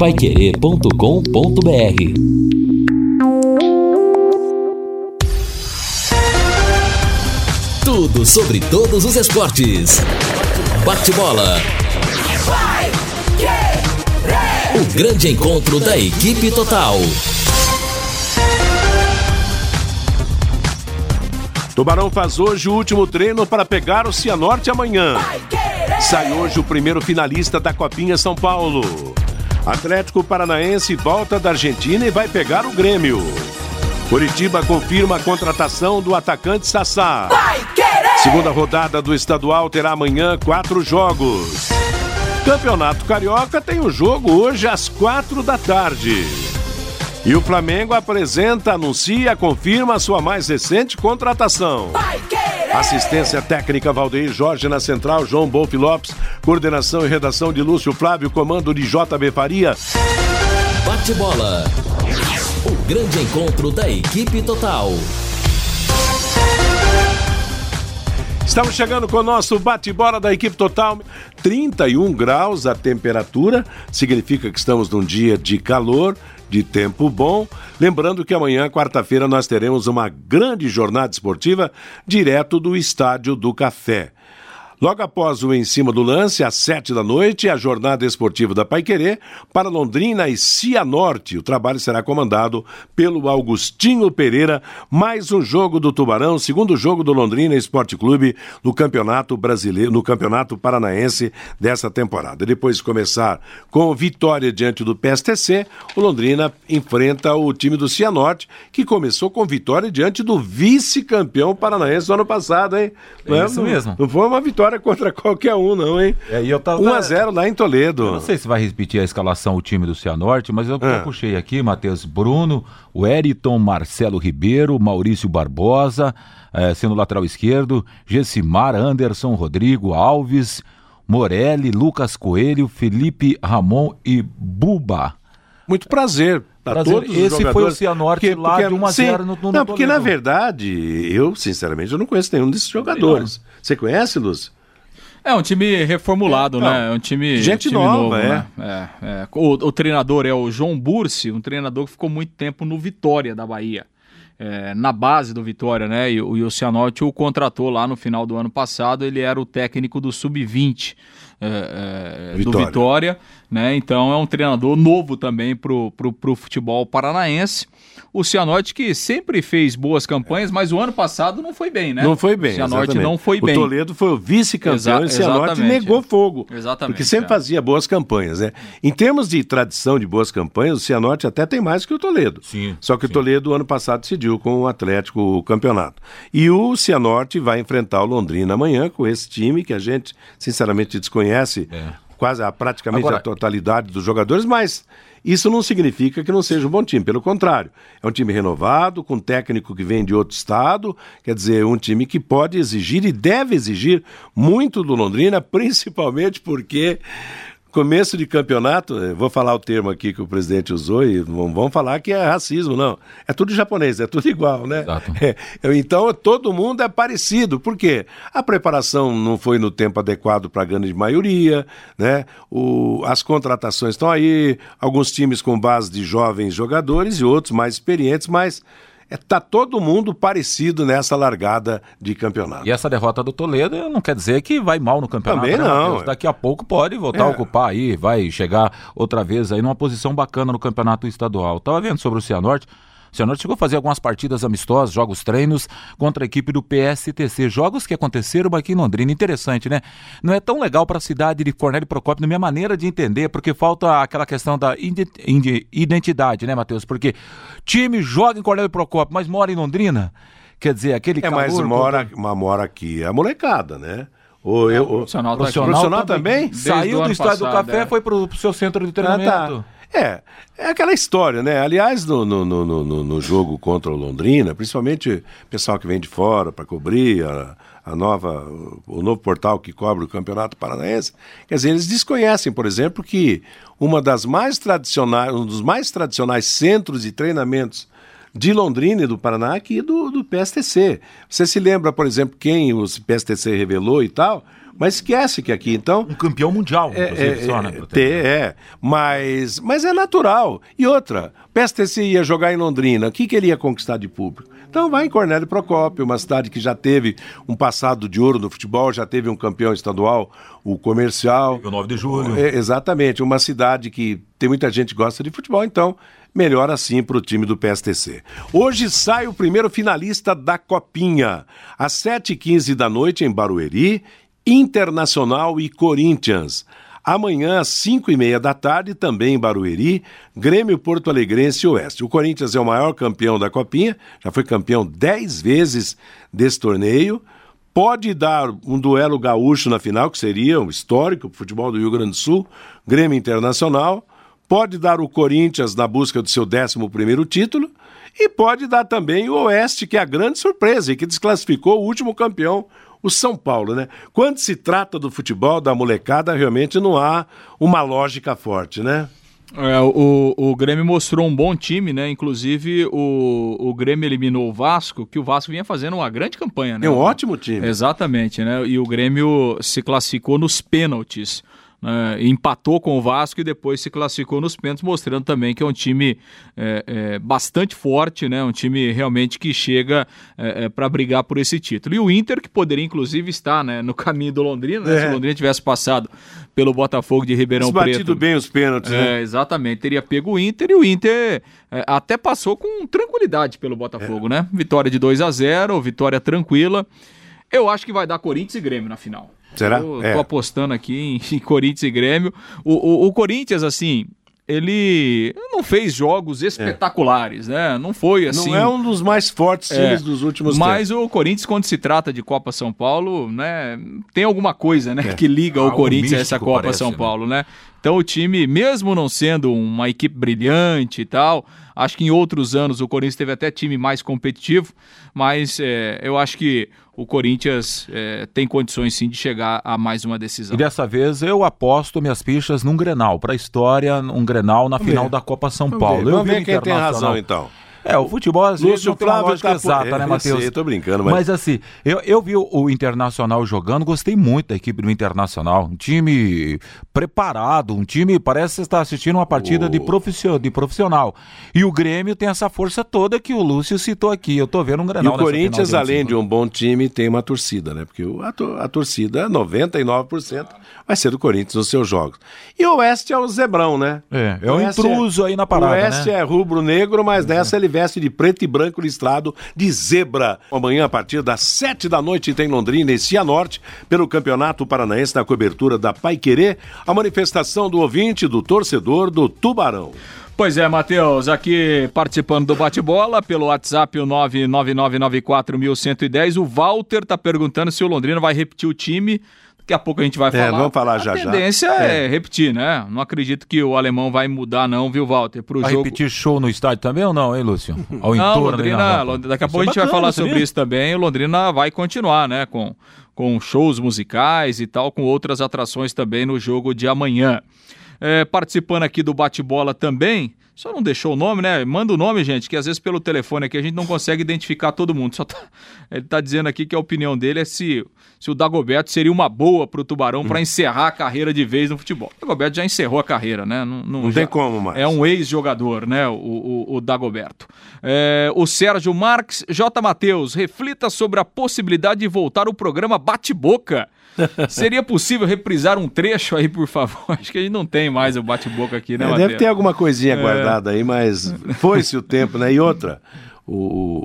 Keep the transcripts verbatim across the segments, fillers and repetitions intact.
paiquerê ponto com ponto br. Tudo sobre todos os esportes. Bate-bola. O grande encontro da equipe total. Tubarão faz hoje o último treino para pegar o Cianorte amanhã. Sai hoje o primeiro finalista da Copinha São Paulo. Atlético Paranaense volta da Argentina e vai pegar o Grêmio. Curitiba confirma a contratação do atacante Sassá. Segunda rodada do estadual terá amanhã quatro jogos. Campeonato Carioca tem um jogo hoje às quatro da tarde. E o Flamengo apresenta, anuncia, confirma a sua mais recente contratação. Assistência técnica Valdeir Jorge na central, João Bolf Lopes. Coordenação e redação de Lúcio Flávio, comando de J B Faria. Bate-bola. O grande encontro da equipe total. Estamos chegando com o nosso bate-bola da equipe total. trinta e um graus a temperatura, significa que estamos num dia de calor, de tempo bom. Lembrando que amanhã, quarta-feira, nós teremos uma grande jornada esportiva direto do Estádio do Café. Logo após o Em Cima do Lance, às sete da noite, a jornada esportiva da Paiquerê para Londrina e Cianorte. O trabalho será comandado pelo Augustinho Pereira. Mais um jogo do Tubarão, segundo jogo do Londrina Esporte Clube no Campeonato Brasileiro, no Campeonato Paranaense dessa temporada. Depois de começar com vitória diante do P S T C, o Londrina enfrenta o time do Cianorte, que começou com vitória diante do vice-campeão paranaense do ano passado, hein? É não, isso mesmo. Não foi uma vitória contra qualquer um, não, hein? É, eu tava... um a zero lá em Toledo. Eu não sei se vai repetir a escalação o time do Cianorte, mas eu, ah. eu puxei aqui, Matheus Bruno, o Eriton, Marcelo Ribeiro, Maurício Barbosa, eh, sendo lateral esquerdo, Gessimar, Anderson, Rodrigo Alves, Morelli, Lucas Coelho, Felipe Ramon e Buba. Muito prazer. Prazer. Todos Esse os foi o Cianorte porque, lá porque, de um a zero no, no Não, porque Toledo. Na verdade, eu sinceramente eu não conheço nenhum desses jogadores. Você conhece, Lúcio? É um time reformulado, é, né? É um time gente time nova, novo, é. Né? é, é. O, o treinador é o João Bursi, um treinador que ficou muito tempo no Vitória da Bahia, é, na base do Vitória, né? E, e o Cianorte o contratou lá no final do ano passado. Ele era o técnico do sub vinte é, é, do Vitória, né? Então é um treinador novo também pro, pro, pro futebol paranaense. O Cianorte que sempre fez boas campanhas, mas o ano passado não foi bem, né? Não foi bem, O Cianorte exatamente. não foi bem. O Toledo foi o vice-campeão Exa- e o Cianorte negou fogo. Exatamente. Porque sempre é. fazia boas campanhas, né? Em termos de tradição de boas campanhas, o Cianorte até tem mais que o Toledo. Sim, Só que sim. o Toledo, ano passado, decidiu com o Atlético o campeonato. E o Cianorte vai enfrentar o Londrina amanhã com esse time que a gente, sinceramente, desconhece É. quase a, praticamente Agora... a totalidade dos jogadores, mas isso não significa que não seja um bom time, pelo contrário, é um time renovado, com técnico que vem de outro estado, quer dizer, um time que pode exigir e deve exigir muito do Londrina, principalmente porque começo de campeonato, vou falar o termo aqui que o presidente usou e não vamos falar que é racismo, não. É tudo japonês, é tudo igual, né? É, então todo mundo é parecido. Por quê? A preparação não foi no tempo adequado para a grande maioria, né? O, as contratações estão aí, alguns times com base de jovens jogadores e outros mais experientes, mas está todo mundo parecido nessa largada de campeonato. E essa derrota do Toledo não quer dizer que vai mal no campeonato. Também né, não. Matheus? Daqui a pouco pode voltar É. a ocupar aí, vai chegar outra vez aí numa posição bacana no campeonato estadual. Tava vendo sobre o Cianorte. O Cianorte chegou a fazer algumas partidas amistosas, jogos treinos contra a equipe do P S T C. Jogos que aconteceram aqui em Londrina. Interessante, né? Não é tão legal para a cidade de Cornélio Procópio, na minha maneira de entender, porque falta aquela questão da identidade, né, Matheus? Porque time joga em Cornélio Procópio, mas mora em Londrina. Quer dizer, aquele É, calor... mas mora, uma mora aqui a molecada, né? O, eu, o, profissional, tá profissional, profissional também? Desde Saiu o do ano Estádio do passado, Café, é. foi pro seu centro de treinamento. Ah, tá. É, é aquela história, né? Aliás, no, no, no, no, no jogo contra o Londrina, principalmente o pessoal que vem de fora para cobrir a, a nova, o novo portal que cobre o Campeonato Paranaense, quer dizer, eles desconhecem, por exemplo, que uma das mais tradicionais, um dos mais tradicionais centros de treinamentos de Londrina e do Paraná aqui do, do P S T C. Você se lembra, por exemplo, quem o P S T C revelou e tal? Mas esquece que aqui, então... Um campeão mundial, inclusive, é, só, né? É, é, mas, mas é natural. E outra, P S T C ia jogar em Londrina, o que, que ele ia conquistar de público? Então vai em Cornélio Procópio, uma cidade que já teve um passado de ouro no futebol, já teve um campeão estadual, o Comercial. O nove de julho. É, exatamente, uma cidade que tem muita gente que gosta de futebol, então melhor assim para o time do P S T C. Hoje sai o primeiro finalista da Copinha, às sete e quinze da noite em Barueri, Internacional e Corinthians. Amanhã, às cinco e meia da tarde, também em Barueri, Grêmio Porto Alegrense e Oeste. O Corinthians é o maior campeão da Copinha, já foi campeão dez vezes desse torneio. Pode dar um duelo gaúcho na final, que seria um histórico para o futebol do Rio Grande do Sul, Grêmio Internacional. Pode dar o Corinthians na busca do seu décimo primeiro título. E pode dar também o Oeste, que é a grande surpresa e que desclassificou o último campeão, o São Paulo, né? Quando se trata do futebol, da molecada, realmente não há uma lógica forte, né? É, o, o Grêmio mostrou um bom time, né? Inclusive, o, o Grêmio eliminou o Vasco, que o Vasco vinha fazendo uma grande campanha, né? É um ótimo time. Exatamente, né? E o Grêmio se classificou nos pênaltis. Uh, empatou com o Vasco e depois se classificou nos pênaltis, mostrando também que é um time é, é, bastante forte, né? Um time realmente que chega é, é, para brigar por esse título. E o Inter, que poderia inclusive estar, né, no caminho do Londrina, né? É. Se o Londrina tivesse passado pelo Botafogo de Ribeirão Preto. Batido bem os pênaltis, é, né? Exatamente, teria pego o Inter e o Inter é, até passou com tranquilidade pelo Botafogo, é. né? Vitória de dois a zero, vitória tranquila. Eu acho que vai dar Corinthians e Grêmio na final. Será? Eu é. tô apostando aqui em, em Corinthians e Grêmio. O, o, o Corinthians, assim, ele não fez jogos espetaculares, é. né? Não foi assim... Não é um dos mais fortes times é. dos últimos tempos. Mas o Corinthians, quando se trata de Copa São Paulo, né? Tem alguma coisa, né? É. Que liga ah, o Corinthians a essa Copa parece, São né? Paulo, né? Então o time, mesmo não sendo uma equipe brilhante e tal, acho que em outros anos o Corinthians teve até time mais competitivo, mas é, eu acho que o Corinthians é, tem condições sim de chegar a mais uma decisão. E dessa vez eu aposto minhas fichas num Grenal, para a história, um Grenal na Vamos final ver. da Copa São Vamos Paulo. Ver. Vamos ver quem tem razão então. É, o futebol às vezes Lúcio não tem uma lógica tá exata, por... né, Matheus? Eu tô brincando, mas... Mas assim, eu, eu vi o, o Internacional jogando, gostei muito da equipe do Internacional. Um time preparado, um time, parece que você está assistindo uma partida oh. de, proficio, de profissional. E o Grêmio tem essa força toda que o Lúcio citou aqui. Eu tô vendo um Grenal. E o Corinthians, além de um bom time, tem uma torcida, né? Porque a, a torcida, noventa e nove por cento, vai ser do Corinthians nos seus jogos. E o Oeste é o Zebrão, né? É, é o, o intruso é, aí na parada, O Oeste né? é rubro-negro, mas dessa é. ele veste de preto e branco listrado de zebra. Amanhã, a partir das sete da noite, tem Londrina e Cianorte, pelo Campeonato Paranaense, na cobertura da Paiquerê, a manifestação do ouvinte, do torcedor do Tubarão. Pois é, Matheus, aqui participando do bate-bola pelo WhatsApp, o nove nove nove nove quatro um um zero, o Walter tá perguntando se o Londrina vai repetir o time. Daqui a pouco a gente vai falar. É, vamos falar já já. A tendência é. é repetir, né? Não acredito que o alemão vai mudar não, viu, Walter? Pro vai jogo... repetir show no estádio também ou não, hein, Lúcio? Ao não, entorno, Londrina, Londrina, daqui a pouco a gente vai falar sobre isso também. O Londrina vai continuar, né? Com, com shows musicais e tal, com outras atrações também no jogo de amanhã. É, participando aqui do bate-bola também... Só não deixou o nome, né? Manda o nome, gente, que às vezes pelo telefone aqui a gente não consegue identificar todo mundo. Só tá... Ele tá dizendo aqui que a opinião dele é se, se o Dagoberto seria uma boa pro Tubarão hum. para encerrar a carreira de vez no futebol. O Dagoberto já encerrou a carreira, né? Não, não, não já... tem como mais. É um ex-jogador, né? O, o, o Dagoberto. É, o Sérgio Marques, J. Matheus, reflita sobre a possibilidade de voltar o programa Bate-Boca. Seria possível reprisar um trecho aí, por favor? Acho que a gente não tem mais o bate-boca aqui, né, é, Matheus? Deve ter alguma coisinha é... guardada aí, mas foi-se o tempo, né? E outra, o,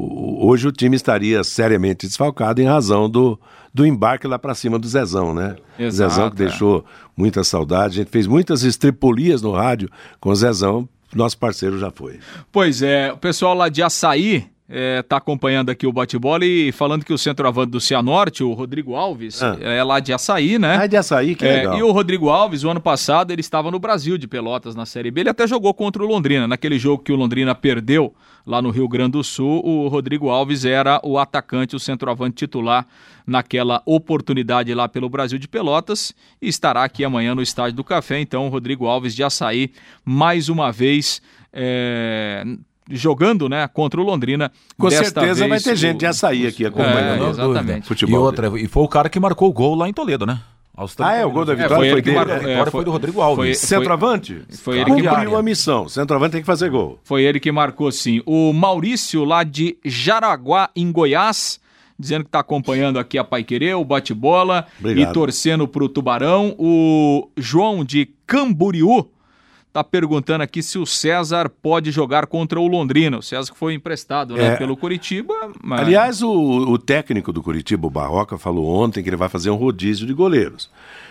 o, hoje o time estaria seriamente desfalcado em razão do, do embarque lá pra cima do Zezão, né? Exato, Zezão que é. deixou muita saudade, a gente fez muitas estripolias no rádio com o Zezão, nosso parceiro já foi. Pois é, o pessoal lá de Açaí... É, tá acompanhando aqui o bate-bola e falando que o centroavante do Cianorte, o Rodrigo Alves, ah. é lá de Açaí, né? Ah, de Açaí, que é, legal. E o Rodrigo Alves, o ano passado, ele estava no Brasil de Pelotas, na Série B, ele até jogou contra o Londrina, naquele jogo que o Londrina perdeu lá no Rio Grande do Sul, o Rodrigo Alves era o atacante, o centroavante titular naquela oportunidade lá pelo Brasil de Pelotas e estará aqui amanhã no Estádio do Café, então o Rodrigo Alves de Açaí, mais uma vez... É... jogando, né, contra o Londrina. Com certeza vai ter o... gente de Açaí aqui acompanhando. É, exatamente. Futebol. E outra, e foi o cara que marcou o gol lá em Toledo, né? Ah, é, o gol da vitória é, foi, foi ele que dele. marcou, É. A vitória é, foi do Rodrigo Alves. Foi, Centroavante? Foi ele que cumpriu marcou. a missão. Centroavante tem que fazer gol. Foi ele que marcou, sim. O Maurício, lá de Jaraguá, em Goiás, dizendo que está acompanhando aqui a Paiquerê, o bate-bola Obrigado. e torcendo para o Tubarão. O João de Camboriú está perguntando aqui se o César pode jogar contra o Londrina. O César que foi emprestado, né, É. pelo Curitiba. Mas... Aliás, o, o técnico do Curitiba, o Barroca, falou ontem que ele vai fazer um rodízio de goleiros.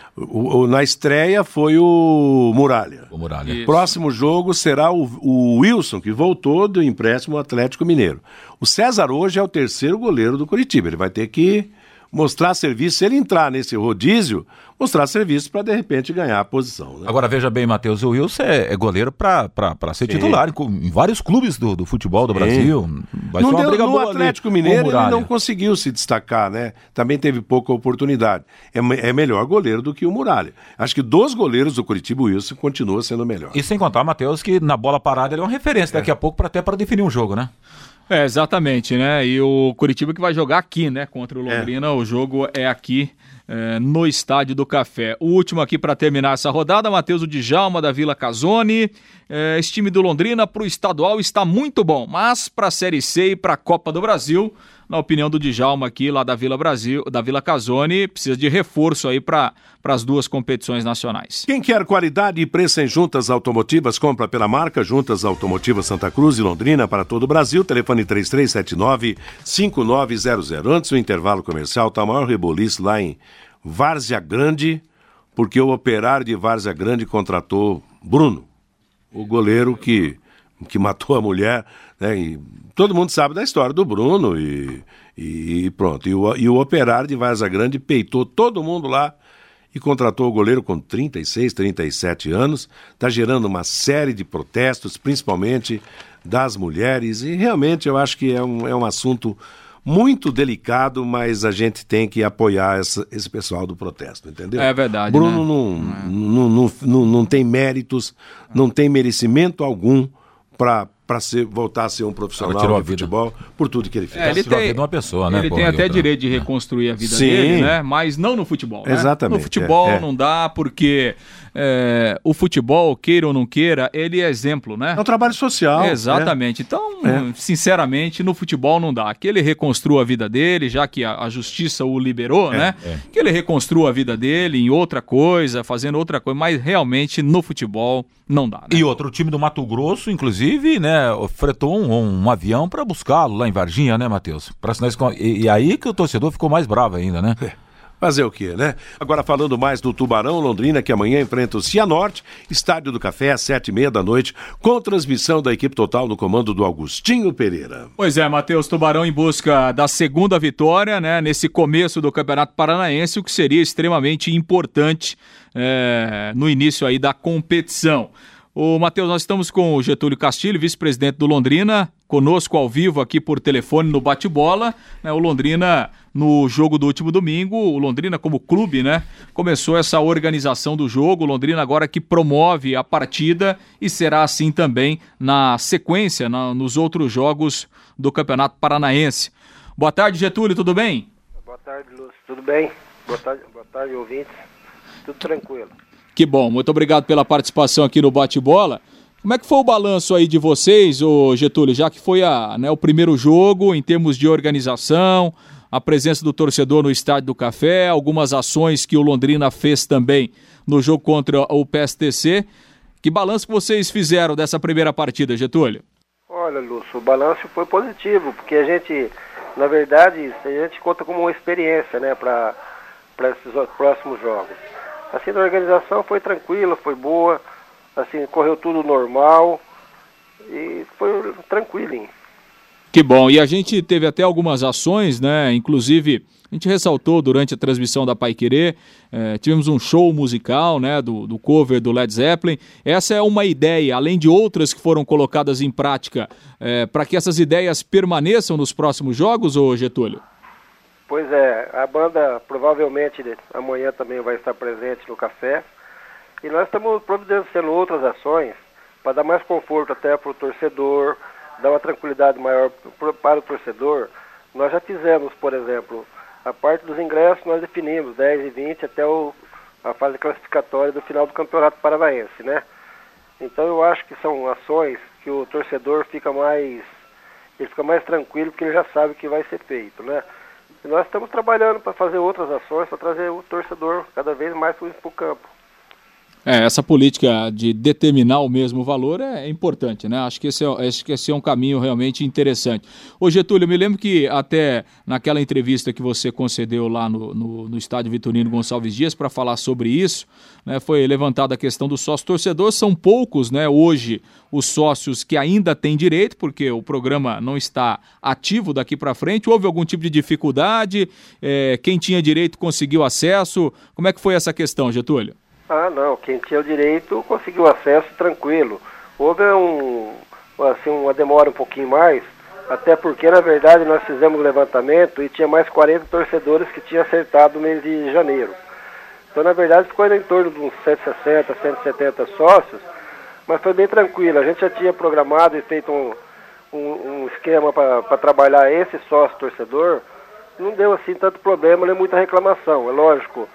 O, o, na estreia foi o Muralha. O Muralha. Isso. Próximo jogo será o, o Wilson, que voltou do empréstimo Atlético Mineiro. O César hoje é o terceiro goleiro do Curitiba. Ele vai ter que mostrar serviço. Se ele entrar nesse rodízio, mostrar serviço para, de repente, ganhar a posição. Né? Agora, veja bem, Matheus, o Wilson é, é goleiro para ser Sim. titular em, em vários clubes do, do futebol do Sim. Brasil. Vai Não ser uma deu, briga no boa Atlético ali, Mineiro com o ele Muralha. não conseguiu se destacar, né? Também teve pouca oportunidade. É, é melhor goleiro do que o Muralha. Acho que dos goleiros do Curitiba, o Wilson continua sendo o melhor. E sem contar, Matheus, que na bola parada ele é uma referência daqui a pouco pra, até para definir um jogo, né? É, exatamente, né? E o Curitiba que vai jogar aqui, né? Contra o Londrina. É. O jogo é aqui é, no Estádio do Café. O último aqui para terminar essa rodada, Matheus, o Djalma da Vila Casone. É, esse time do Londrina pro estadual está muito bom, mas para a Série C e para a Copa do Brasil, na opinião do Djalma aqui, lá da Vila Brasil, da Vila Casone, precisa de reforço aí para as duas competições nacionais. Quem quer qualidade e preço em juntas automotivas, compra pela marca Juntas Automotivas Santa Cruz e Londrina para todo o Brasil. Telefone três três sete nove, cinco nove zero zero. Antes do intervalo comercial, está o maior reboliço lá em Várzea Grande, porque o Operário de Várzea Grande contratou Bruno, o goleiro que, que matou a mulher, né? E todo mundo sabe da história do Bruno e, e pronto. E o, e o Operário de Várzea Grande peitou todo mundo lá e contratou o goleiro com trinta e seis, trinta e sete anos. Está gerando uma série de protestos, principalmente das mulheres, e realmente eu acho que é um, é um assunto muito delicado, mas a gente tem que apoiar essa, esse pessoal do protesto, entendeu? É verdade, Bruno né? não, É. não, não, não, não tem méritos, não tem merecimento algum para para voltar a ser um profissional tirou a de vida. futebol por tudo que ele fez. É, ele tirou a tem, vida de uma pessoa, né, ele pô, tem até outra, direito de né? reconstruir a vida Sim. dele, né? Mas não no futebol. Né? Exatamente, No futebol é, é. não dá, porque é, o futebol, queira ou não queira, ele é exemplo, né? É um trabalho social. Exatamente. Então, É. sinceramente, no futebol não dá. Que ele reconstrua a vida dele, já que a, a justiça o liberou, É, né? é. Que ele reconstrua a vida dele em outra coisa, fazendo outra coisa, mas realmente no futebol não dá, né? E outro, o time do Mato Grosso, inclusive, né, fretou um, um avião para buscá-lo lá em Varginha, né, Matheus? Pra assinar esse con- E, e aí que o torcedor ficou mais bravo ainda, né? Fazer o quê, né? Agora falando mais do Tubarão, Londrina, que amanhã enfrenta o Cianorte, Estádio do Café, às sete e meia da noite, com transmissão da equipe total no comando do Augustinho Pereira. Pois é, Matheus, Tubarão em busca da segunda vitória, né, nesse começo do Campeonato Paranaense, o que seria extremamente importante é, no início aí da competição. Ô, Matheus, nós estamos com o Getúlio Castilho, vice-presidente do Londrina, conosco ao vivo aqui por telefone no bate-bola, né, o Londrina no jogo do último domingo, o Londrina como clube, né, começou essa organização do jogo, o Londrina agora que promove a partida e será assim também na sequência, na, nos outros jogos do Campeonato Paranaense. Boa tarde, Getúlio, tudo bem? Boa tarde, Lúcio. Tudo bem? Boa tarde, boa tarde, ouvintes. Tudo tranquilo. Que bom, muito obrigado pela participação aqui no Bate-Bola. Como é que foi o balanço aí de vocês, ô Getúlio, já que foi a, né, o primeiro jogo em termos de organização, a presença do torcedor no Estádio do Café, algumas ações que o Londrina fez também no jogo contra o P S T C. Que balanço que vocês fizeram dessa primeira partida, Getúlio? Olha, Lúcio, o balanço foi positivo, porque a gente, na verdade, a gente conta como uma experiência, né, para esses próximos jogos. Assim, a organização foi tranquila, foi boa, assim, correu tudo normal e foi tranquilo, hein? Que bom, e a gente teve até algumas ações, né, inclusive a gente ressaltou durante a transmissão da Paiquerê, eh, tivemos um show musical, né, do, do cover do Led Zeppelin. Essa é uma ideia, além de outras que foram colocadas em prática, eh, para que essas ideias permaneçam nos próximos jogos, ô Getúlio? Pois é, a banda provavelmente amanhã também vai estar presente no café e nós estamos providenciando outras ações para dar mais conforto até para o torcedor, dar uma tranquilidade maior para o torcedor. Nós já fizemos, por exemplo, a parte dos ingressos nós definimos dez e vinte até o, a fase classificatória do final do Campeonato Paranaense, né? Então eu acho que são ações que o torcedor fica mais, ele fica mais tranquilo porque ele já sabe o que vai ser feito, né? E nós estamos trabalhando para fazer outras ações, para trazer o torcedor cada vez mais para o campo. É, essa política de determinar o mesmo valor é importante, né? Acho que esse é, acho que esse é um caminho realmente interessante. Ô Getúlio, eu me lembro que até naquela entrevista que você concedeu lá no, no, no estádio Vitorino Gonçalves Dias para falar sobre isso, né, foi levantada a questão do sócio-torcedor. São poucos, né, hoje, os sócios que ainda têm direito, porque o programa não está ativo daqui para frente. Houve algum tipo de dificuldade? É, quem tinha direito conseguiu acesso? Como é que foi essa questão, Getúlio? Ah, não. Quem tinha o direito conseguiu acesso tranquilo. Houve um, assim, uma demora um pouquinho mais, até porque, na verdade, nós fizemos o levantamento e tinha mais quarenta torcedores que tinham acertado no mês de janeiro. Então, na verdade, ficou em torno de uns cento e sessenta, cento e setenta sócios, mas foi bem tranquilo. A gente já tinha programado e feito um, um, um esquema para trabalhar esse sócio-torcedor. Não deu, assim, tanto problema, nem muita reclamação. É lógico,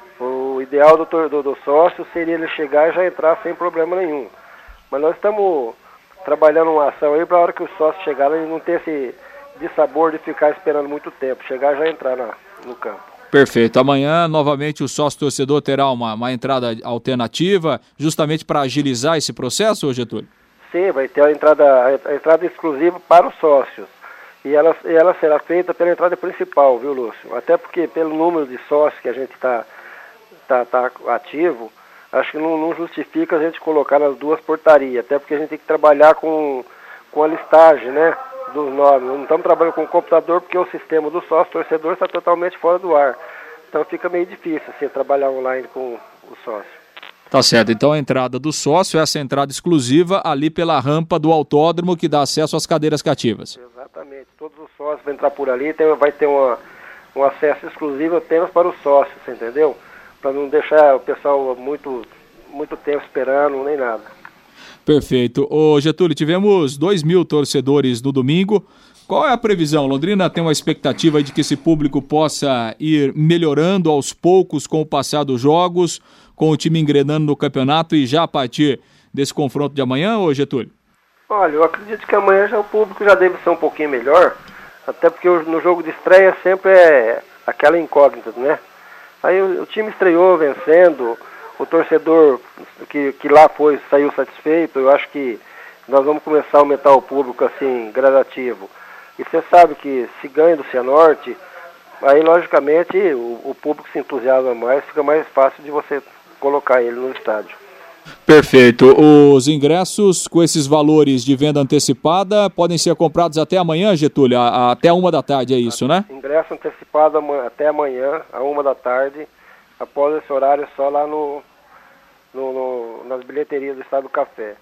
o ideal do, do, do sócio seria ele chegar e já entrar sem problema nenhum. Mas nós estamos trabalhando uma ação aí para a hora que o sócio chegar, ele não ter esse dissabor de ficar esperando muito tempo. Chegar e já entrar na, no campo. Perfeito. Amanhã, novamente, o sócio-torcedor terá uma, uma entrada alternativa, justamente para agilizar esse processo, Getúlio? Sim, vai ter a entrada, a entrada exclusiva para os sócios. E ela, e ela será feita pela entrada principal, viu, Lúcio? Até porque, pelo número de sócios que a gente está tá, tá ativo, acho que não, não justifica a gente colocar nas duas portarias, até porque a gente tem que trabalhar com, com a listagem, né, dos nomes. Não estamos trabalhando com o computador porque o sistema do sócio-torcedor está totalmente fora do ar. Então fica meio difícil assim, trabalhar online com o sócio. Tá certo, então a entrada do sócio, essa entrada exclusiva ali pela rampa do autódromo que dá acesso às cadeiras cativas. Exatamente, todos os sócios vão entrar por ali, tem, vai ter uma, um acesso exclusivo apenas para os sócios, entendeu? Para não deixar o pessoal muito, muito tempo esperando, nem nada. Perfeito. Ô Getúlio, tivemos dois mil torcedores no domingo. Qual é a previsão? Londrina tem uma expectativa de que esse público possa ir melhorando aos poucos com o passar dos jogos, com o time engrenando no campeonato e já a partir desse confronto de amanhã, ô Getúlio? Olha, eu acredito que amanhã já o público já deve ser um pouquinho melhor, até porque no jogo de estreia sempre é aquela incógnita, né? Aí o, o time estreou vencendo, o torcedor que, que lá foi saiu satisfeito. Eu acho que nós vamos começar a aumentar o público assim, gradativo. E você sabe que se ganha do Cianorte, aí logicamente o, o público se entusiasma mais, fica mais fácil de você colocar ele no estádio. Perfeito. Os ingressos com esses valores de venda antecipada podem ser comprados até amanhã, Getúlio? A, a, até uma da tarde, é isso, né? Ingresso antecipado até amanhã, a uma da tarde, após esse horário só lá no, no, no, nas bilheterias do Estado do Café.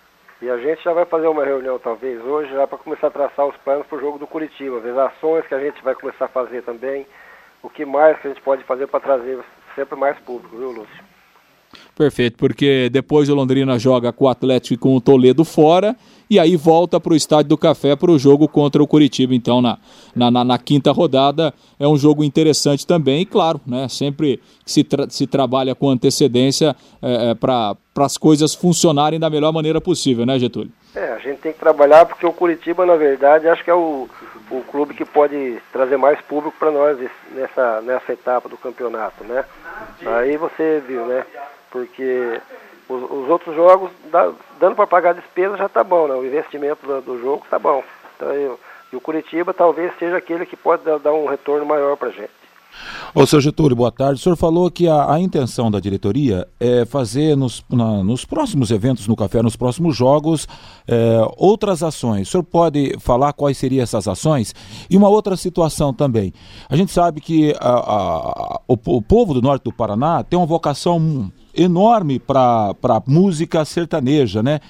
E a gente já vai fazer uma reunião talvez hoje, já para começar a traçar os planos para o jogo do Curitiba, ver as ações que a gente vai começar a fazer também, o que mais que a gente pode fazer para trazer sempre mais público, viu, Lúcio? Perfeito, porque depois o Londrina joga com o Atlético e com o Toledo fora, e aí volta para o Estádio do Café para o jogo contra o Curitiba, então na, na, na, na quinta rodada. É um jogo interessante também, e claro, né, sempre que se, tra- se trabalha com antecedência é, é, para as coisas funcionarem da melhor maneira possível, né, Getúlio? É, a gente tem que trabalhar porque o Curitiba, na verdade, acho que é o, o clube que pode trazer mais público para nós nessa, nessa etapa do campeonato, né? Aí você viu, né? Porque os, os outros jogos, dá, dando para pagar despesa já tá bom, né? O investimento do, do jogo tá bom. Então, eu, e o Curitiba talvez seja aquele que pode dar, dar um retorno maior para a gente. Ô, seu Getúlio, boa tarde. O senhor falou que a, a intenção da diretoria é fazer nos, na, nos próximos eventos no Café, nos próximos jogos, é, outras ações. O senhor pode falar quais seriam essas ações? E uma outra situação também. A gente sabe que a, a, o, o povo do norte do Paraná tem uma vocação enorme para a música sertaneja, né?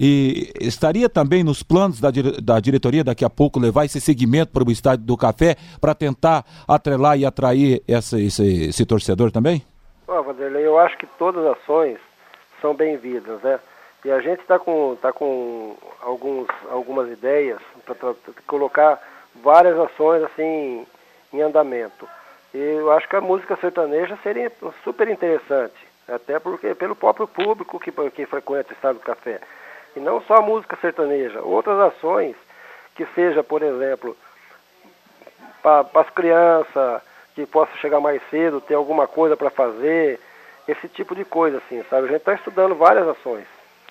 E estaria também nos planos da, dire, da diretoria daqui a pouco levar esse segmento para o Estádio do Café para tentar atrelar e atrair essa, esse, esse torcedor também? Ó, Vanderlei, eu acho que todas as ações são bem-vindas, né? E a gente está com, tá com alguns, algumas ideias para colocar várias ações assim em andamento. E eu acho que a música sertaneja seria super interessante, até porque pelo próprio público que, que frequenta o Estádio do Café. E não só a música sertaneja, outras ações que seja, por exemplo, para as crianças, que possa chegar mais cedo, ter alguma coisa para fazer, esse tipo de coisa, assim, sabe? A gente está estudando várias ações.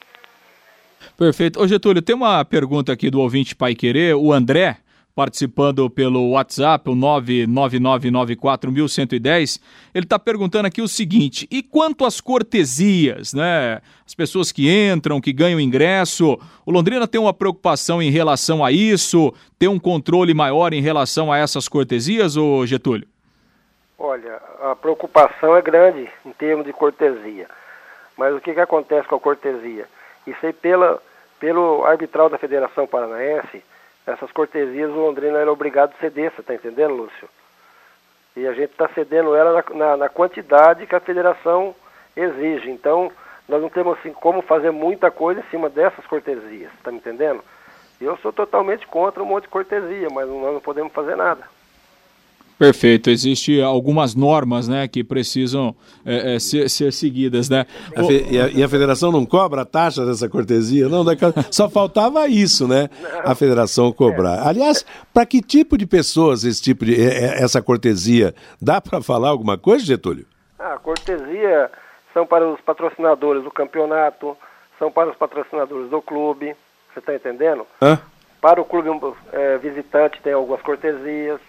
Perfeito. Ô Getúlio, tem uma pergunta aqui do ouvinte Pai Querer, o André, participando pelo WhatsApp, o nove nove nove nove quatro um um zero um zero, ele está perguntando aqui o seguinte, e quanto às cortesias, né? As pessoas que entram, que ganham ingresso, o Londrina tem uma preocupação em relação a isso, tem um controle maior em relação a essas cortesias, ô Getúlio? Olha, a preocupação é grande em termos de cortesia, mas o que, que acontece com a cortesia? Isso aí pela, pelo arbitral da Federação Paranaense, essas cortesias o Londrina era obrigado a ceder, você está entendendo, Lúcio? E a gente está cedendo ela na, na, na quantidade que a federação exige. Então, nós não temos assim como fazer muita coisa em cima dessas cortesias, está me entendendo? Eu sou totalmente contra um monte de cortesia, mas nós não podemos fazer nada. Perfeito, existem algumas normas, né, que precisam é, é, ser, ser seguidas, né? A fe, e, a, e a federação não cobra a taxa dessa cortesia? Não, só faltava isso, né? A federação cobrar. Aliás, para que tipo de pessoas esse tipo de essa cortesia? Dá para falar alguma coisa, Getúlio? Ah, a cortesia são para os patrocinadores do campeonato, são para os patrocinadores do clube, você está entendendo? Hã? Para o clube é, visitante tem algumas cortesias.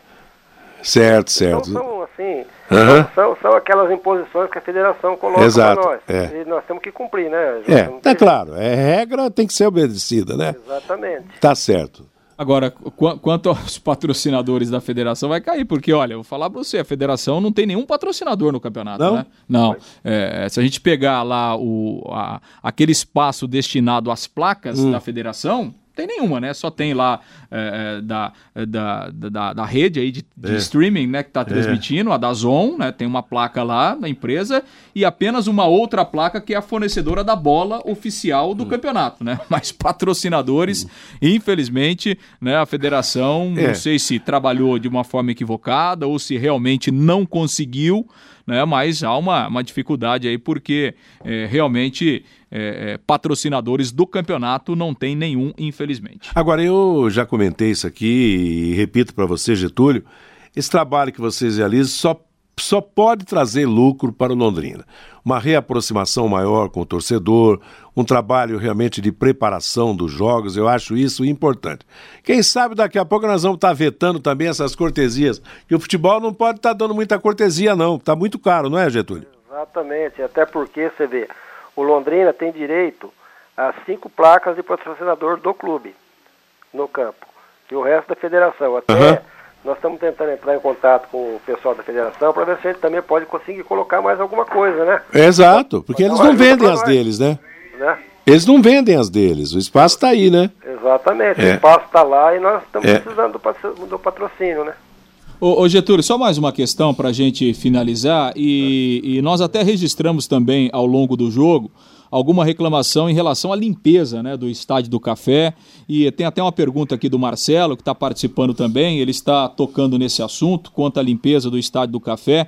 Certo, certo. Então são assim, uhum. são, são aquelas imposições que a federação coloca para nós. É. E nós temos que cumprir, né? É, tá claro, é regra, tem que ser obedecida, né? Exatamente. Tá certo. Agora, qu- quanto aos patrocinadores da federação, vai cair, porque, olha, eu vou falar para você, a federação não tem nenhum patrocinador no campeonato, não? né? Não. É, se a gente pegar lá o, a, aquele espaço destinado às placas hum. da federação, tem nenhuma, né? Só tem lá é, da, da, da, da rede aí de, de é. streaming, né? Que está transmitindo, é. a DAZN, né? Tem uma placa lá da empresa e apenas uma outra placa que é a fornecedora da bola oficial do hum. campeonato, né? Mas patrocinadores, hum. infelizmente, né? A federação, é. não sei se trabalhou de uma forma equivocada ou se realmente não conseguiu, né? Mas há uma, uma dificuldade aí porque é, realmente é, é, patrocinadores do campeonato não tem nenhum, infelizmente. Agora, eu já comentei isso aqui e repito para você, Getúlio, esse trabalho que vocês realizam só, só pode trazer lucro para o Londrina. Uma reaproximação maior com o torcedor, um trabalho realmente de preparação dos jogos, eu acho isso importante. Quem sabe daqui a pouco nós vamos estar vetando também essas cortesias, que o futebol não pode estar dando muita cortesia não, está muito caro, não é, Getúlio? Exatamente, até porque, você vê, o Londrina tem direito a cinco placas de patrocinador do clube no campo, e o resto da federação. Até uhum. nós estamos tentando entrar em contato com o pessoal da federação para ver se a gente também pode conseguir colocar mais alguma coisa, né? Exato, porque eles não vendem as deles, né? né? Eles não vendem as deles, o espaço está aí, né? Exatamente, é. o espaço está lá e nós estamos é. precisando do, do patrocínio, né? Ô, ô Getúlio, só mais uma questão para a gente finalizar, e, e nós até registramos também ao longo do jogo alguma reclamação em relação à limpeza, né, do Estádio do Café, e tem até uma pergunta aqui do Marcelo, que está participando também, ele está tocando nesse assunto, quanto à limpeza do Estádio do Café.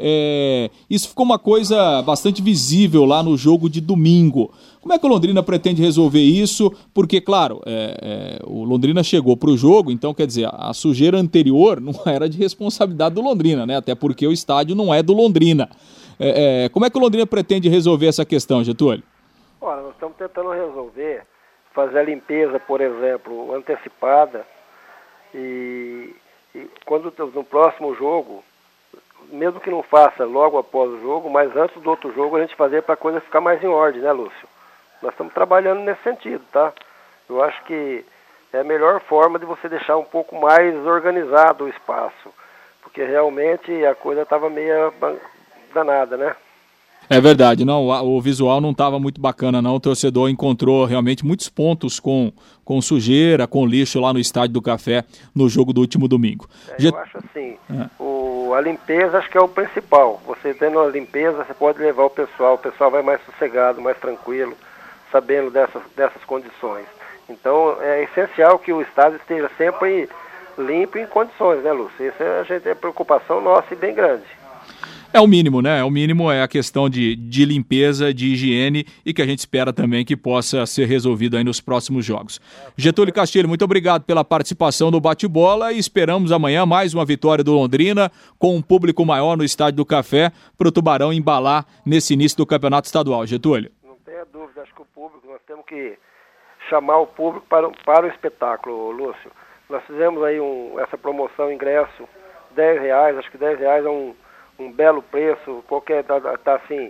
É, isso ficou uma coisa bastante visível lá no jogo de domingo. Como é que o Londrina pretende resolver isso? Porque, claro, é, é, o Londrina chegou para o jogo, então, quer dizer, a sujeira anterior não era de responsabilidade do Londrina, né? Até porque o estádio não é do Londrina. É, é, como é que o Londrina pretende resolver essa questão, Getúlio? Olha, nós estamos tentando resolver, fazer a limpeza, por exemplo, antecipada, e, e quando no próximo jogo, mesmo que não faça logo após o jogo, mas antes do outro jogo a gente fazer para a coisa ficar mais em ordem, né, Lúcio? Nós estamos trabalhando nesse sentido, tá? Eu acho que é a melhor forma de você deixar um pouco mais organizado o espaço, porque realmente a coisa estava meio danada, né? É verdade, não, o visual não estava muito bacana não, o torcedor encontrou realmente muitos pontos com, com sujeira, com lixo lá no Estádio do Café no jogo do último domingo. É, eu acho assim, é. o, a limpeza acho que é o principal, você tendo a limpeza você pode levar o pessoal, o pessoal vai mais sossegado, mais tranquilo, sabendo dessas, dessas condições. Então é essencial que o estádio esteja sempre limpo e em condições, né, Lúcio? Isso é, a gente, é preocupação nossa e bem grande. É o mínimo, né? O mínimo é a questão de, de limpeza, de higiene e que a gente espera também que possa ser resolvido aí nos próximos jogos. Getúlio Castilho, muito obrigado pela participação no Bate-Bola e esperamos amanhã mais uma vitória do Londrina com um público maior no Estádio do Café para o Tubarão embalar nesse início do Campeonato Estadual. Getúlio. Não tenha dúvida, acho que o público, nós temos que chamar o público para, para o espetáculo, Lúcio. Nós fizemos aí um, essa promoção, ingresso, dez reais, acho que dez reais é um um belo preço, qualquer tá, tá assim,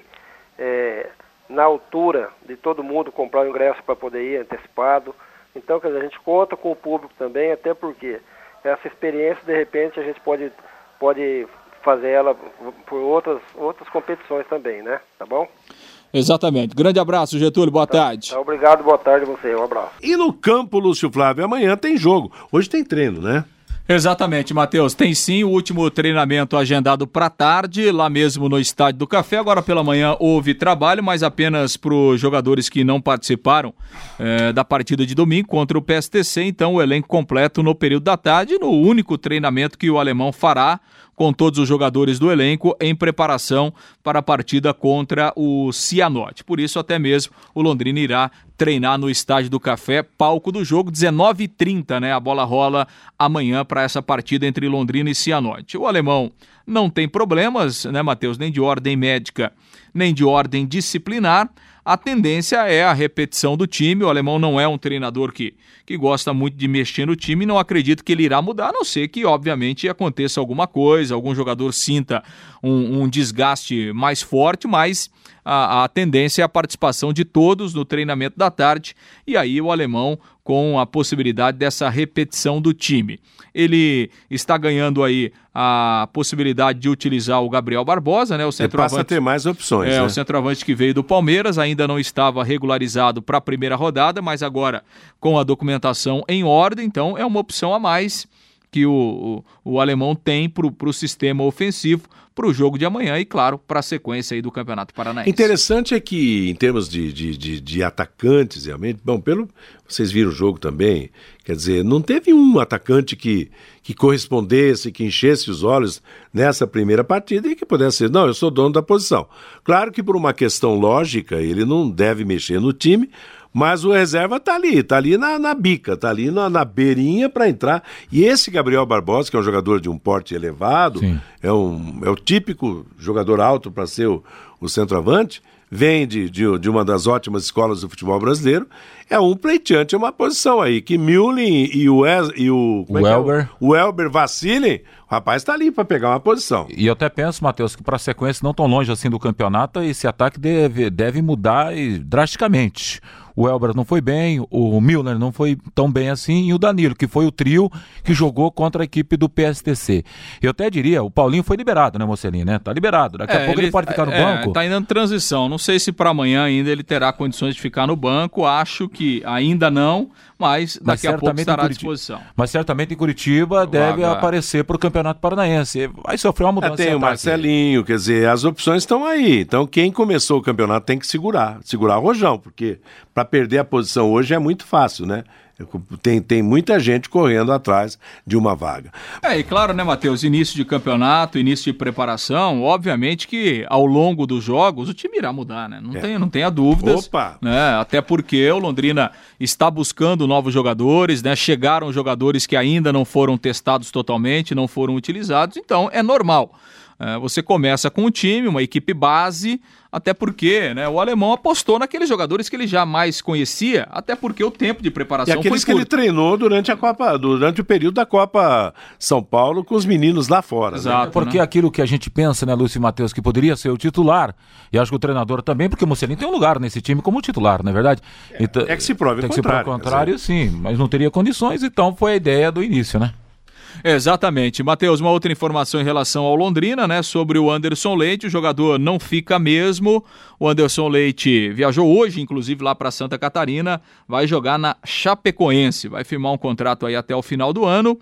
é, na altura de todo mundo comprar o ingresso para poder ir antecipado. Então, quer dizer, a gente conta com o público também, até porque essa experiência, de repente, a gente pode, pode fazer ela por outras, outras competições também, né? Tá bom? Exatamente. Grande abraço, Getúlio. Boa tá, tarde. Tá, obrigado, boa tarde a você. Um abraço. E no campo, Lúcio Flávio, amanhã tem jogo. Hoje tem treino, né? Exatamente, Matheus. Tem sim o último treinamento agendado para tarde, lá mesmo no Estádio do Café. Agora pela manhã houve trabalho, mas apenas para os jogadores que não participaram é, da partida de domingo contra o P S T C. Então o elenco completo no período da tarde, no único treinamento que o alemão fará com todos os jogadores do elenco em preparação para a partida contra o Cianorte. Por isso até mesmo o Londrina irá treinar no Estádio do Café, palco do jogo, dezenove e trinta, né? A bola rola amanhã para essa partida entre Londrina e Cianorte. O alemão não tem problemas, né, Matheus, nem de ordem médica, nem de ordem disciplinar. A tendência é a repetição do time. O alemão não é um treinador que, que gosta muito de mexer no time, não acredito que ele irá mudar, a não ser que, obviamente, aconteça alguma coisa, algum jogador sinta um, um desgaste mais forte, mas a, a tendência é a participação de todos no treinamento da tarde, e aí o alemão com a possibilidade dessa repetição do time. Ele está ganhando aí a possibilidade de utilizar o Gabriel Barbosa, né? O centroavante. Passa a ter mais opções, É, né? o centroavante que veio do Palmeiras, ainda não estava regularizado para a primeira rodada, mas agora com a documentação em ordem, então é uma opção a mais que o, o, o alemão tem para o sistema ofensivo, para o jogo de amanhã e, claro, para a sequência aí do Campeonato Paranaense. Interessante é que, em termos de, de, de, de atacantes, realmente, bom, pelo vocês viram o jogo também, quer dizer, não teve um atacante que, que correspondesse, que enchesse os olhos nessa primeira partida e que pudesse ser, não, eu sou dono da posição. Claro que por uma questão lógica, ele não deve mexer no time, mas o reserva tá ali, tá ali na, na bica, tá ali na, na beirinha para entrar. E esse Gabriel Barbosa, que é um jogador de um porte elevado, é, um, é o típico jogador alto para ser o, o centroavante, vem de, de, de uma das ótimas escolas do futebol brasileiro, é um pleiteante, é uma posição aí, que Müller e o, Wes, e o, o Welber é o, o Welber vacilem, o rapaz tá ali para pegar uma posição. E eu até penso, Matheus, que para a sequência não tão longe assim do campeonato, esse ataque deve, deve mudar e, drasticamente. O Elber não foi bem, o Müller não foi tão bem assim, e o Danilo, que foi o trio que jogou contra a equipe do P S T C. Eu até diria, o Paulinho foi liberado, né, Mocelin, né? Tá liberado, daqui é, a pouco ele, ele pode ficar no é, banco. Tá ainda em transição, não sei se para amanhã ainda ele terá condições de ficar no banco, acho que ainda não, mas daqui mas a pouco estará à disposição. Mas certamente em Curitiba deve Vaga. aparecer para o Campeonato Paranaense, vai sofrer uma mudança. É, tem o Marcelinho, quer dizer, as opções estão aí, então quem começou o campeonato tem que segurar, segurar o rojão, porque para perder a posição hoje é muito fácil, né? Tem, tem muita gente correndo atrás de uma vaga. É, e claro, né, Matheus, início de campeonato, início de preparação, obviamente que ao longo dos jogos o time irá mudar, né? Não, é. tem, não tenha dúvidas. Opa! Né? Até porque o Londrina está buscando novos jogadores, né? Chegaram jogadores que ainda não foram testados totalmente, não foram utilizados, então é normal. É, você começa com um time, uma equipe base, até porque, né, o alemão apostou naqueles jogadores que ele jamais conhecia, até porque o tempo de preparação foi curto. E aqueles que ele treinou durante a Copa, durante o período da Copa São Paulo com os meninos lá fora. Exato. Né? Porque né? aquilo que a gente pensa, né, Lúcio e Matheus, que poderia ser o titular, e acho que o treinador também, porque o Mocelin tem um lugar nesse time como titular, não é verdade? É, então, é que se prove tem o que contrário. Se prove o contrário, sim, mas não teria condições, então foi a ideia do início, né? Exatamente. Matheus, uma outra informação em relação ao Londrina, né, sobre o Anderson Leite, o jogador não fica mesmo, o Anderson Leite viajou hoje, inclusive, lá para Santa Catarina, vai jogar na Chapecoense, vai firmar um contrato aí até o final do ano.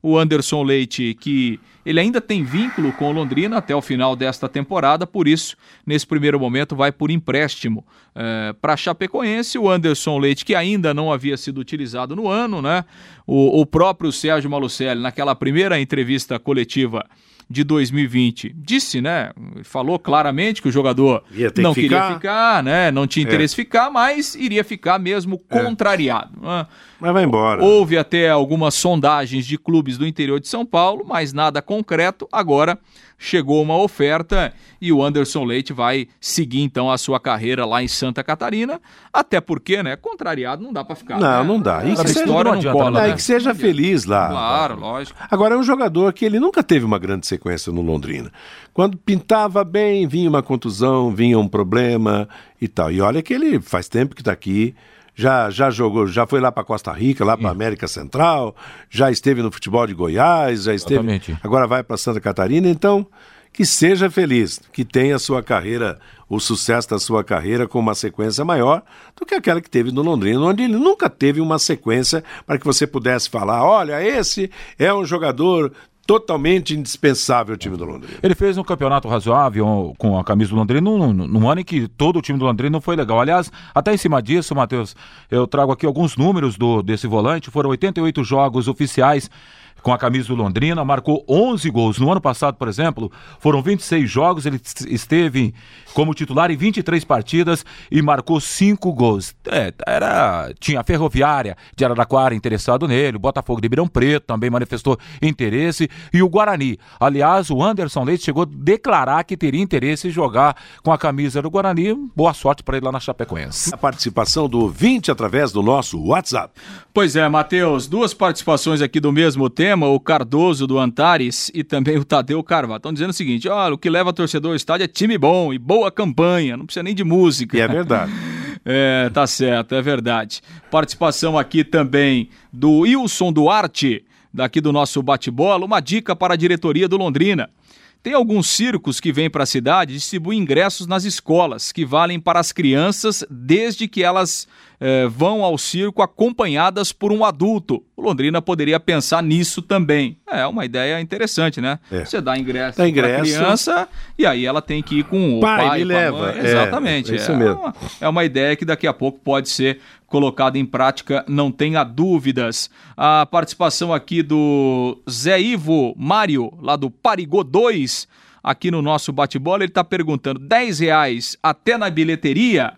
O Anderson Leite, que ele ainda tem vínculo com o Londrina até o final desta temporada, por isso, nesse primeiro momento, vai por empréstimo é, para a Chapecoense. O Anderson Leite, que ainda não havia sido utilizado no ano, né? O, o próprio Sérgio Malucelli, naquela primeira entrevista coletiva de dois mil e vinte, disse, né, falou claramente que o jogador não que queria ficar. ficar, né, não tinha interesse em é. ficar, mas iria ficar mesmo contrariado. É. Né? Mas vai embora. Houve até algumas sondagens de clubes do interior de São Paulo, mas nada concreto. Agora chegou uma oferta e o Anderson Leite vai seguir então a sua carreira lá em Santa Catarina, até porque, né, contrariado não dá pra ficar. Não, né? não dá. E a que história não, não cola, não, né? E que seja feliz lá. Claro, lógico. Agora é um jogador que ele nunca teve uma grande sequência no Londrina. Quando pintava bem, vinha uma contusão, vinha um problema e tal. E olha que ele faz tempo que tá aqui. Já, já jogou, já foi lá para Costa Rica, lá para América Central, já esteve no futebol de Goiás, já esteve. Exatamente. Agora vai para Santa Catarina, então que seja feliz, que tenha a sua carreira, o sucesso da sua carreira com uma sequência maior do que aquela que teve no Londrina, onde ele nunca teve uma sequência para que você pudesse falar, olha, esse é um jogador totalmente indispensável ao time do Londrina. Ele fez um campeonato razoável com a camisa do Londrina num, num ano em que todo o time do Londrina não foi legal. Aliás, até em cima disso, Matheus, eu trago aqui alguns números do, desse volante. Foram oitenta e oito jogos oficiais com a camisa do Londrina, marcou onze gols. No ano passado, por exemplo, foram vinte e seis jogos, ele esteve como titular em vinte e três partidas e marcou cinco gols. É, era, tinha a Ferroviária de Araraquara interessado nele, o Botafogo de Ribeirão Preto também manifestou interesse, e o Guarani. Aliás, o Anderson Leite chegou a declarar que teria interesse em jogar com a camisa do Guarani. Boa sorte para ele lá na Chapecoense. A participação do ouvinte através do nosso WhatsApp. Pois é, Matheus, duas participações aqui do mesmo tema, o Cardoso do Antares e também o Tadeu Carvalho. Estão dizendo o seguinte, olha, o que leva torcedor ao estádio é time bom e boa campanha, não precisa nem de música. E é verdade. É, tá certo, é verdade. Participação aqui também do Wilson Duarte, daqui do nosso bate-bola, uma dica para a diretoria do Londrina. Tem alguns circos que vêm para a cidade e distribuem ingressos nas escolas, que valem para as crianças desde que elas eh, vão ao circo acompanhadas por um adulto. O Londrina poderia pensar nisso também. É uma ideia interessante, né? É. Você dá ingresso, dá ingresso. para a criança e aí ela tem que ir com o pai, pai me leva. Mãe. Exatamente. É, é, isso é, mesmo. Uma, é uma ideia que daqui a pouco pode ser colocada em prática, não tenha dúvidas. A participação aqui do Zé Ivo Mário, lá do Parigô dois, aqui no nosso bate-bola, ele está perguntando, dez reais até na bilheteria?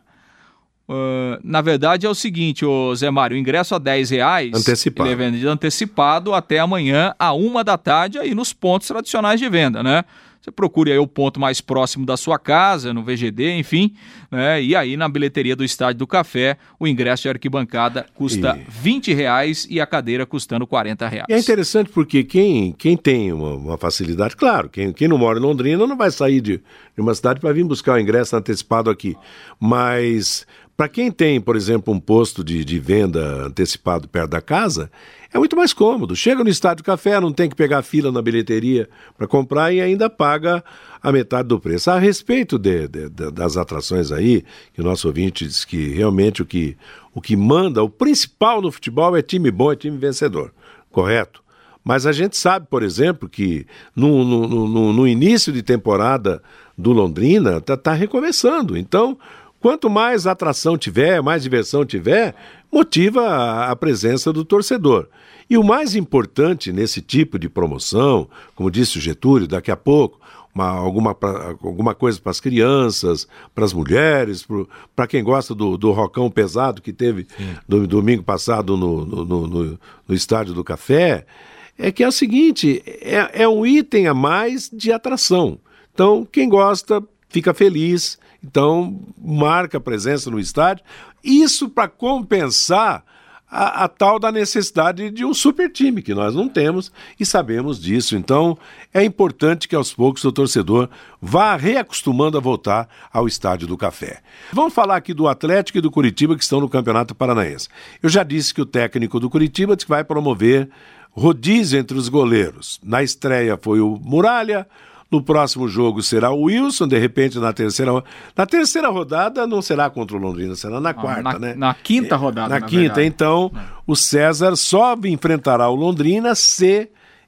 Uh, na verdade é o seguinte, ô Zé Mário, o ingresso a dez reais, antecipado. Ele é vendido antecipado até amanhã, a uma da tarde, aí nos pontos tradicionais de venda, né? Você procure aí o ponto mais próximo da sua casa, no V G D, enfim, né? E aí na bilheteria do Estádio do Café, o ingresso de arquibancada custa e... vinte reais e a cadeira custando quarenta reais. E é interessante porque quem, quem tem uma, uma facilidade, claro, quem, quem não mora em Londrina não vai sair de, de uma cidade para vir buscar o ingresso antecipado aqui, mas para quem tem, por exemplo, um posto de, de venda antecipado perto da casa, é muito mais cômodo. Chega no Estádio do Café, não tem que pegar fila na bilheteria para comprar e ainda paga a metade do preço. A respeito de, de, de, das atrações aí, que o nosso ouvinte diz que realmente o que, o que manda, o principal no futebol é time bom, é time vencedor, correto? Mas a gente sabe, por exemplo, que no, no, no, no início de temporada do Londrina está tá recomeçando, então... Quanto mais atração tiver, mais diversão tiver, motiva a, a presença do torcedor. E o mais importante nesse tipo de promoção, como disse o Getúlio, daqui a pouco, uma, alguma, pra, alguma coisa para as crianças, para as mulheres, para quem gosta do, do rockão pesado que teve do, domingo passado no, no, no, no, no Estádio do Café, é que é o seguinte, é, é um item a mais de atração. Então, quem gosta, fica feliz. Então, marca a presença no estádio. Isso para compensar a, a tal da necessidade de um super time, que nós não temos e sabemos disso. Então, é importante que aos poucos o torcedor vá reacostumando a voltar ao Estádio do Café. Vamos falar aqui do Atlético e do Curitiba, que estão no Campeonato Paranaense. Eu já disse que o técnico do Curitiba vai promover rodízio entre os goleiros. Na estreia foi o Muralha. No próximo jogo será o Wilson, de repente na terceira na terceira rodada não será contra o Londrina, será na quarta, na, né? Na quinta rodada, Na, na quinta, verdade. Então, é. o César só enfrentará o Londrina se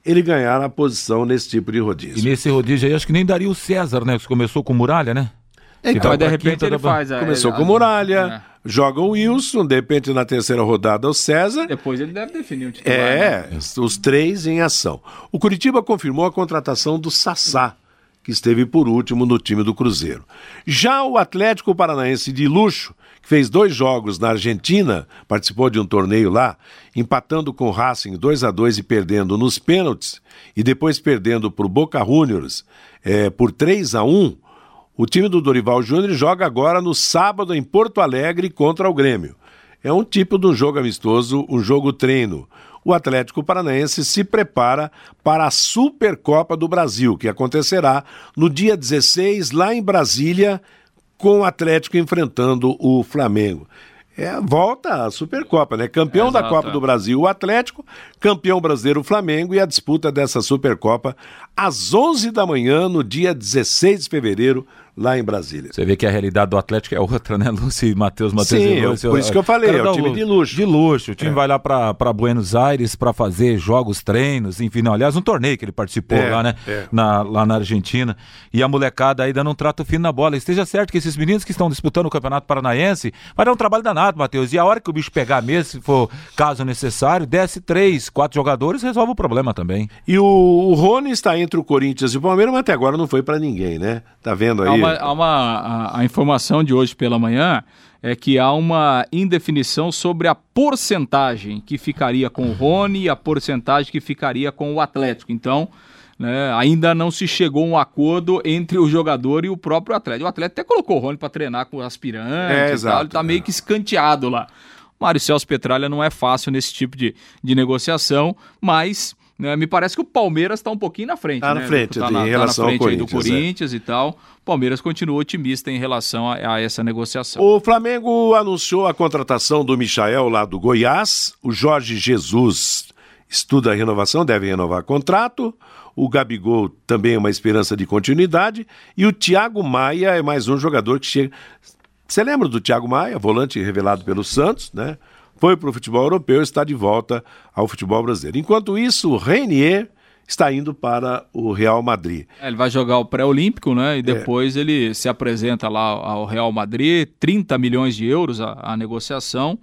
ele ganhar a posição nesse tipo de rodízio. E nesse rodízio aí, acho que nem daria o César, né? Que começou com Muralha, né? Então, mas de repente ele faz... Começou com Muralha, é. joga o Wilson, de repente na terceira rodada o César. Depois ele deve definir o titular. É, né? os três em ação. O Curitiba confirmou a contratação do Sassá, que esteve por último no time do Cruzeiro. Já o Atlético Paranaense de luxo, que fez dois jogos na Argentina, participou de um torneio lá, empatando com o Racing dois a dois e perdendo nos pênaltis, e depois perdendo para o Boca Juniors é, por três a um, o time do Dorival Júnior joga agora no sábado em Porto Alegre contra o Grêmio. É um tipo de um jogo amistoso, um jogo treino. O Atlético Paranaense se prepara para a Supercopa do Brasil, que acontecerá no dia dezesseis, lá em Brasília, com o Atlético enfrentando o Flamengo. É, volta a Supercopa, né? Campeão é, da Copa é. do Brasil, o Atlético, campeão brasileiro, o Flamengo, e a disputa dessa Supercopa às onze da manhã, no dia dezesseis de fevereiro, lá em Brasília. Você vê que a realidade do Atlético é outra, né, Lúcio e Matheus? Matheus Sim, e Lúcio, por isso que eu falei, é o time o, de luxo. De luxo, o time é. vai lá para Buenos Aires para fazer jogos, treinos, enfim, não, aliás, um torneio que ele participou é, lá, né, é. na, lá na Argentina, e a molecada ainda não trata o fino na bola. Esteja certo que esses meninos que estão disputando o Campeonato Paranaense vai dar um trabalho danado, Matheus, e a hora que o bicho pegar mesmo, se for caso necessário, desce três, quatro jogadores, resolve o problema também. E o, o Rony está entre o Corinthians e o Palmeiras, mas até agora não foi para ninguém, né? Tá vendo aí? Há uma, há uma a, a informação de hoje pela manhã é que há uma indefinição sobre a porcentagem que ficaria com o Rony e a porcentagem que ficaria com o Atlético. Então, né, ainda não se chegou a um acordo entre o jogador e o próprio Atlético. O Atlético até colocou o Rony para treinar com aspirantes é, e exato, tal, ele está meio é. que escanteado lá. O Mário Celso Petralha não é fácil nesse tipo de, de negociação, mas... Né, me parece que o Palmeiras está um pouquinho na frente. Está né? na frente, tá em na, relação tá na frente ao Corinthians. do Corinthians é. e tal. O Palmeiras continua otimista em relação a, a essa negociação. O Flamengo anunciou a contratação do Michael lá do Goiás. O Jorge Jesus estuda a renovação, deve renovar contrato. O Gabigol também é uma esperança de continuidade. E o Thiago Maia é mais um jogador que chega... Você lembra do Thiago Maia, volante revelado pelo Santos, né? Foi para o futebol europeu e está de volta ao futebol brasileiro. Enquanto isso, o Reinier está indo para o Real Madrid. É, ele vai jogar o pré-olímpico, né? E depois é. ele se apresenta lá ao Real Madrid, trinta milhões de euros a, a negociação.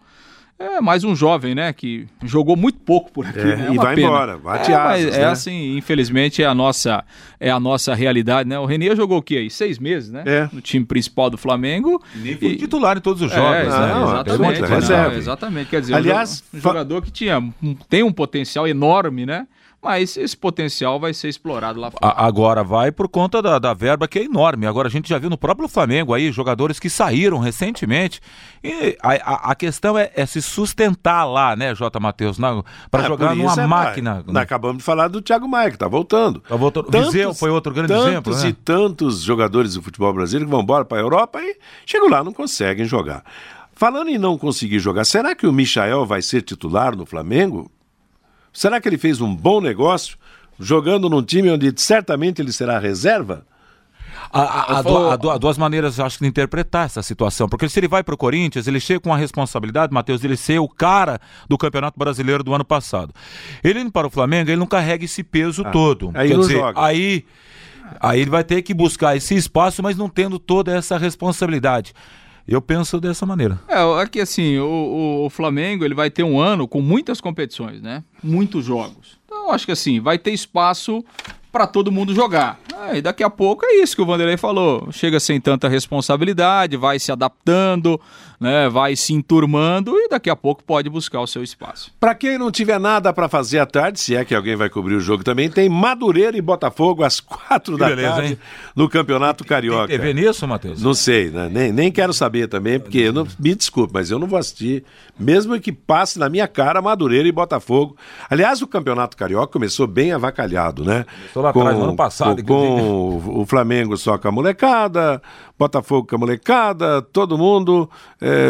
É mais um jovem, né? Que jogou muito pouco por aqui, é, né? É e vai pena. embora, vai é, mas asas, é né? assim, infelizmente é a nossa, é a nossa realidade, né? O Reinier jogou o quê aí? Seis meses, né? É. No time principal do Flamengo. E nem foi e... titular em todos os jogos. É, né? não, exatamente, não, não, exatamente. Quer dizer, aliás, um jogador que tinha, tem um potencial enorme, né? Mas esse potencial vai ser explorado lá fora. Agora vai por conta da, da verba que é enorme. Agora a gente já viu no próprio Flamengo aí, jogadores que saíram recentemente. E a, a, a questão é, é se sustentar lá, né, J. Matheus, para ah, jogar numa é, máquina. Nós acabamos de falar do Thiago Maia, que está voltando. Tá voltando. Tantos, Viseu foi outro grande tantos exemplo. Tantos né? e tantos jogadores do futebol brasileiro que vão embora para a Europa e chegam lá, não conseguem jogar. Falando em não conseguir jogar, será que o Michael vai ser titular no Flamengo? Será que ele fez um bom negócio jogando num time onde certamente ele será reserva? Há, há, há, há duas maneiras, acho, de interpretar essa situação. Porque se ele vai para o Corinthians, ele chega com a responsabilidade, Matheus, de ele ser o cara do Campeonato Brasileiro do ano passado. Ele indo para o Flamengo, ele não carrega esse peso ah, todo. Aí Quer não dizer, joga. Aí, aí ele vai ter que buscar esse espaço, mas não tendo toda essa responsabilidade. Eu penso dessa maneira. É, aqui assim, o, o, o Flamengo ele vai ter um ano com muitas competições, né? Muitos jogos. Então, acho que assim, vai ter espaço para todo mundo jogar. Ah, e daqui a pouco é isso que o Vanderlei falou. Chega sem tanta responsabilidade, vai se adaptando, né? Vai se enturmando e daqui a pouco pode buscar o seu espaço. Para quem não tiver nada para fazer à tarde, se é que alguém vai cobrir o jogo também, tem Madureira e Botafogo às quatro que da beleza, tarde hein? No Campeonato Carioca. Tem T V nisso, Matheus? Não sei, né? nem, nem quero saber também, porque eu não, me desculpe, mas eu não vou assistir, mesmo que passe na minha cara Madureira e Botafogo. Aliás, o Campeonato Carioca começou bem avacalhado, né? Começou lá atrás, no ano passado. Com, com o Flamengo só com a molecada, Botafogo com a molecada, todo mundo é,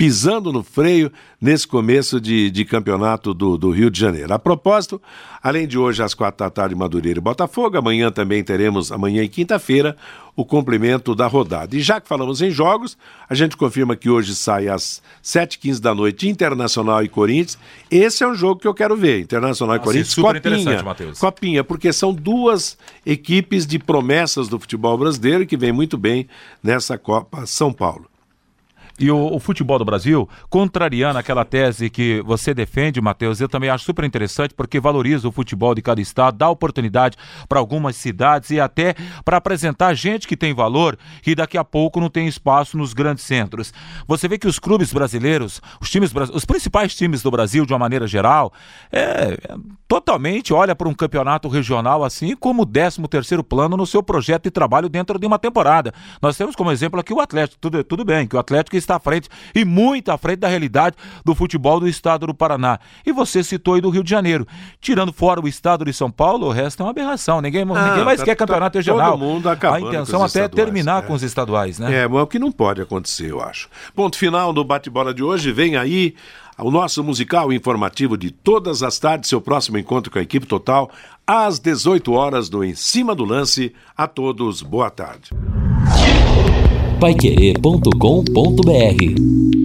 pisando no freio nesse começo de, de campeonato do, do Rio de Janeiro. A propósito, além de hoje às quatro da tarde, Madureira e Botafogo, amanhã também teremos, amanhã e quinta-feira, o complemento da rodada. E já que falamos em jogos, a gente confirma que hoje sai às sete e quinze da noite Internacional e Corinthians. Esse é um jogo que eu quero ver, Internacional e ah, Corinthians, sim, super Copinha, interessante, Matheus. Copinha, porque são duas equipes de promessas do futebol brasileiro que vem muito bem nessa Copa São Paulo. E o, o futebol do Brasil, contrariando aquela tese que você defende, Matheus, eu também acho super interessante porque valoriza o futebol de cada estado, dá oportunidade para algumas cidades e até para apresentar gente que tem valor e daqui a pouco não tem espaço nos grandes centros. Você vê que os clubes brasileiros, os times, os principais times do Brasil, de uma maneira geral, é, é totalmente olha para um campeonato regional assim como décimo terceiro plano no seu projeto de trabalho dentro de uma temporada. Nós temos como exemplo aqui o Atlético, tudo, tudo bem, que o Atlético está à frente e muito à frente da realidade do futebol do estado do Paraná. E você citou aí do Rio de Janeiro. Tirando fora o estado de São Paulo, o resto é uma aberração. Ninguém, ah, ninguém mais tá, quer campeonato tá regional. Todo mundo acabando. A intenção até é terminar é. com os estaduais, né? É, mas o que não pode acontecer, eu acho. Ponto final do bate-bola de hoje. Vem aí o nosso musical informativo de todas as tardes, seu próximo encontro com a equipe total, às dezoito horas no Em Cima do Lance. A todos, boa tarde. paiquerê ponto com ponto br